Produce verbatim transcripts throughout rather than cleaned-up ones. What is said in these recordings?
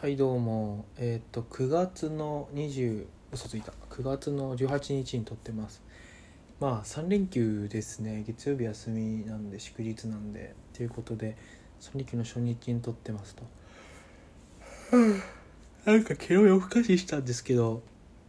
はいどうもえっ、ー、とくがつのにじゅう嘘ついたくがつのじゅうはちにちに撮ってます。まあさん連休ですね。月曜日休みなんで祝日なんでということでさん連休の初日に撮ってますとなんか昨日夜更かししたんですけど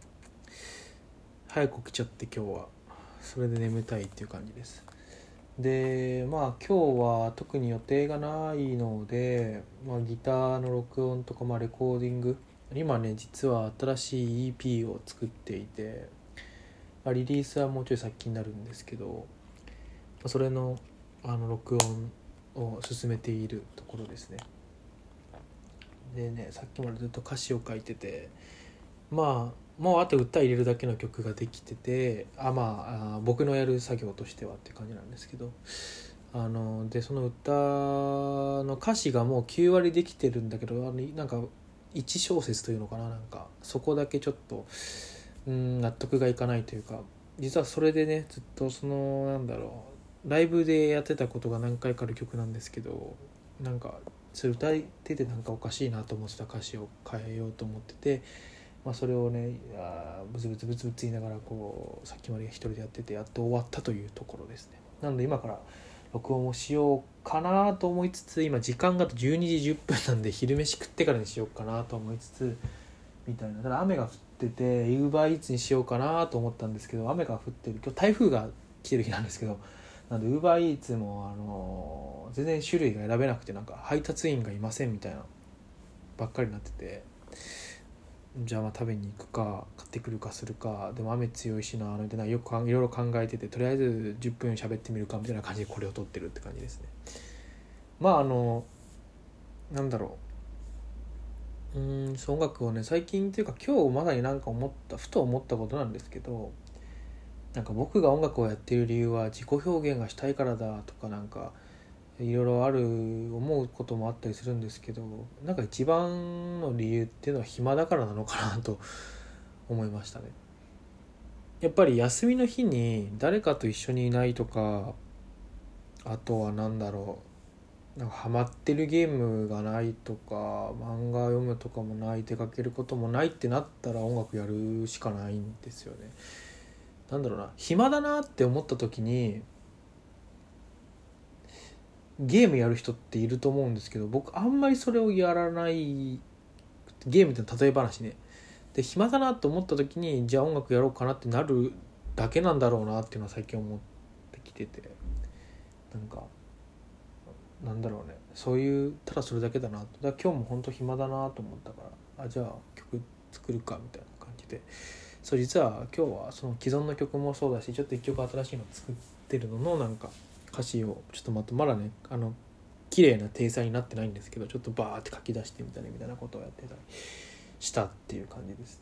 早く起きちゃって今日はそれで眠たいっていう感じです。でまあ今日は特に予定がないので、まあ、ギターの録音とか、まあ、レコーディング今ね実は新しい イーピー を作っていて、まあ、リリースはもうちょい先になるんですけど、まあ、それのあの録音を進めているところですね。でねさっきまでずっと歌詞を書いてて、まあもうあと歌入れるだけの曲ができてて、あまあ僕のやる作業としてはって感じなんですけど、あのでその歌の歌詞がもうきゅうわりできてるんだけど、あのなんかいち小節というのかな、なんかそこだけちょっとうん納得がいかないというか、実はそれでねずっとそのなんだろうライブでやってたことが何回かある曲なんですけど、なんかそれ歌い手でなんかおかしいなと思ってた歌詞を変えようと思ってて、まあ、それをねあブツブツブツブツ言いながらこうさっきまで一人でやっててやっと終わったというところですね。なので今から録音をしようかなと思いつつ、今時間がじゅうにじじゅっぷんなんで昼飯食ってからにしようかなと思いつつみたいな。ただ雨が降ってて Uber Eats にしようかなと思ったんですけど、雨が降ってる今日台風が来てる日なんですけど、なので Uber Eats もあの全然種類が選べなくて、なんか配達員がいませんみたいなばっかりになってて、じゃあまあ食べに行くか買ってくるかするか、でも雨強いしなみたいな、よくいろいろ考えてて、とりあえずじゅっぷん喋ってみるかみたいな感じでこれを撮ってるって感じですね。まああのなんだろううーんそう音楽をね最近っていうか今日まさになんか思ったふと思ったことなんですけど、なんか僕が音楽をやっている理由は自己表現がしたいからだとか、なんかいろいろある思うこともあったりするんですけど、なんか一番の理由っていうのは暇だからなのかなと思いましたね。やっぱり休みの日に誰かと一緒にいないとか、あとはなんだろうなんかハマってるゲームがないとか、漫画読むとかもない、出かけることもないってなったら音楽やるしかないんですよね。なんだろうな暇だなって思った時にゲームやる人っていると思うんですけど、僕あんまりそれをやらない。ゲームって例え話ね。で暇だなと思った時にじゃあ音楽やろうかなってなるだけなんだろうなっていうのは最近思ってきてて、なんかなんだろうね、そういうただそれだけだなと。だから今日も本当暇だなと思ったから、あじゃあ曲作るかみたいな感じで、そう実は今日はその既存の曲もそうだし、ちょっと一曲新しいの作ってるののなんか歌詞をちょっとまとまだねあの綺麗な体裁になってないんですけど、ちょっとバーって書き出してみたりみたいなことをやってたりしたっていう感じですね。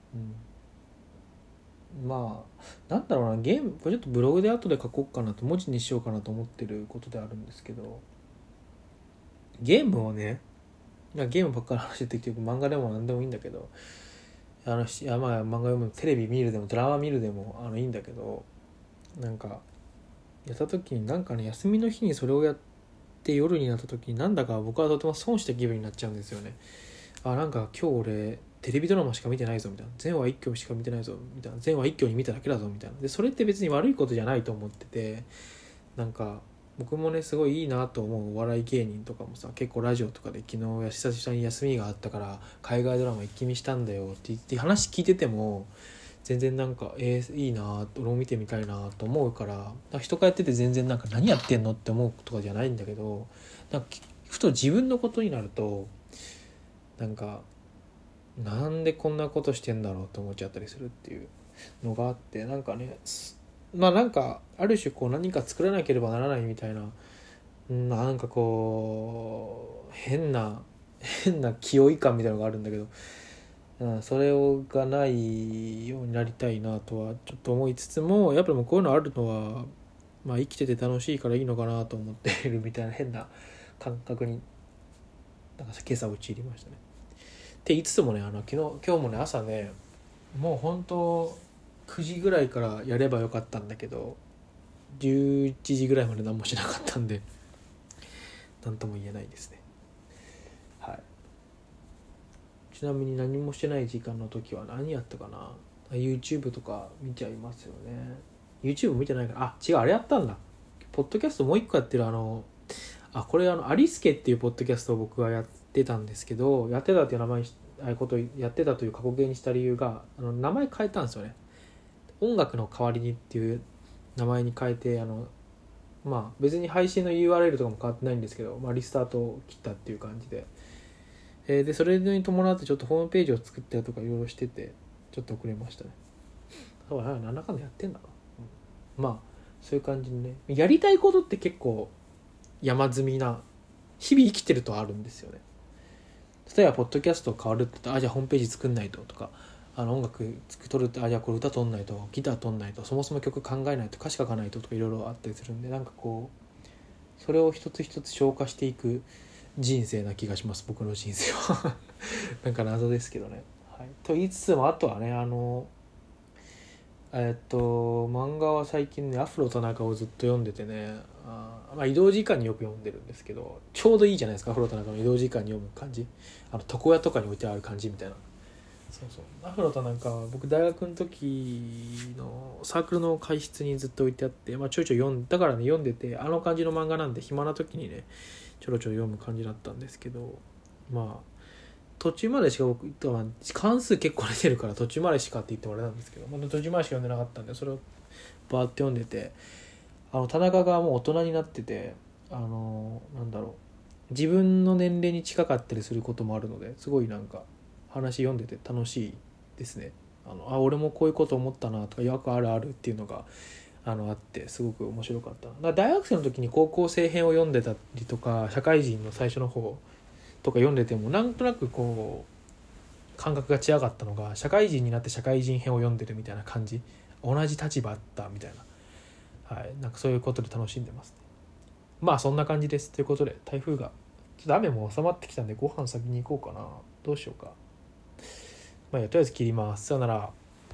うん、まあなんだろうな、ゲームこれちょっとブログで後で書こうかなと、文字にしようかなと思ってることであるんですけど、ゲームをねゲームばっかり話してて、漫画でも何でもいいんだけど、あのいやまあ漫画読む、テレビ見るでもドラマ見るでもあのいいんだけど、なんかやった時になんかね休みの日にそれをやって夜になった時になんだか僕はとても損した気分になっちゃうんですよね。あなんか今日俺テレビドラマしか見てないぞみたいな、全話一挙しか見てないぞみたいな、全話一挙に見ただけだぞみたいな。でそれって別に悪いことじゃないと思ってて、なんか僕もねすごいいいなと思うお笑い芸人とかもさ、結構ラジオとかで昨日久々に休みがあったから海外ドラマ一気見したんだよって言って話聞いてても全然なんかえー、いいな俺も見てみたいなと思うから、から人がやってて全然なんか何やってんのって思うとかじゃないんだけど、なんかふと自分のことになるとなんかなんでこんなことしてんだろうと思っちゃったりするっていうのがあって、なんかねまあなんかある種こう何か作らなければならないみたいな、なんかこう変な変な気負い感みたいなのがあるんだけど、うん、それがないようになりたいなとはちょっと思いつつも、やっぱりもうこういうのあるのはまあ生きてて楽しいからいいのかなと思っているみたいな変な感覚になんか今朝陥りましたね。って言いつつもね、あの昨日今日もね朝ねもう本当くじぐらいからやればよかったんだけどじゅういちじぐらいまで何もしなかったんで何とも言えないですね。はい。 ちなみに何もしてない時間の時は何やったかな。 YouTube とか見ちゃいますよね。 YouTube 見てないから、あ違うあれやったんだ、ポッドキャストもう一個やってる、あのあこれあのアリスケっていうポッドキャストを僕はやってたんですけど、やってたっていう名前にああいうことをやってたという過去形にした理由が、あの名前変えたんですよね。音楽の代わりにっていう名前に変えて、あのまあ別に配信の ユーアールエル とかも変わってないんですけど、まあ、リスタートを切ったっていう感じで、えー、でそれに伴ってちょっとホームページを作ったりとかいろいろしてて、ちょっと遅れましたね。そうなんだかんだやってんだな、うん、まあそういう感じにね、やりたいことって結構山積みな、日々生きてるとあるんですよね。例えばポッドキャスト変わるって言ったら、あじゃあホームページ作んないととか、あの音楽作るって、あじゃあこれ歌取んないと、ギター取んないと、そもそも曲考えないと、歌詞書かないととかいろいろあったりするんで、なんかこうそれを一つ一つ消化していく人生な気がします、僕の人生はなんか謎ですけどね、はい、と言いつつも、あとはね、あのえっと漫画は最近ね、アフロ田中をずっと読んでてね、あ、まあ、移動時間によく読んでるんですけど、ちょうどいいじゃないですか、アフロ田中の移動時間に読む感じ、あの床屋とかに置いてある感じみたいな。そうそう、アフロ田中は僕大学の時のサークルの会室にずっと置いてあって、まあ、ちょいちょい読んだからね、読んでて、あの感じの漫画なんで暇な時にねちょろちょろ読む感じだったんですけど、まあ途中までしか僕、まあ、関数結構出てるから途中までしかって言ってもらえたんですけど、まだ途中までしか読んでなかったんで、それをバーって読んでて、あの田中がもう大人になってて、あのなんだろう、自分の年齢に近かったりすることもあるので、すごいなんか話読んでて楽しいですね。あのあ俺もこういうこと思ったなとか、よくあるあるっていうのがあのあって、すごく面白かった。だから大学生の時に高校生編を読んでたりとか、社会人の最初の方とか読んでても、なんとなくこう感覚が違かったのが、社会人になって社会人編を読んでるみたいな感じ、同じ立場あったみたいな、はい、なんかそういうことで楽しんでますね。まあそんな感じです。ということで、台風がちょっと雨も収まってきたんで、ご飯先に行こうかな。どうしようか。まあとりあえず切ります。さよなら。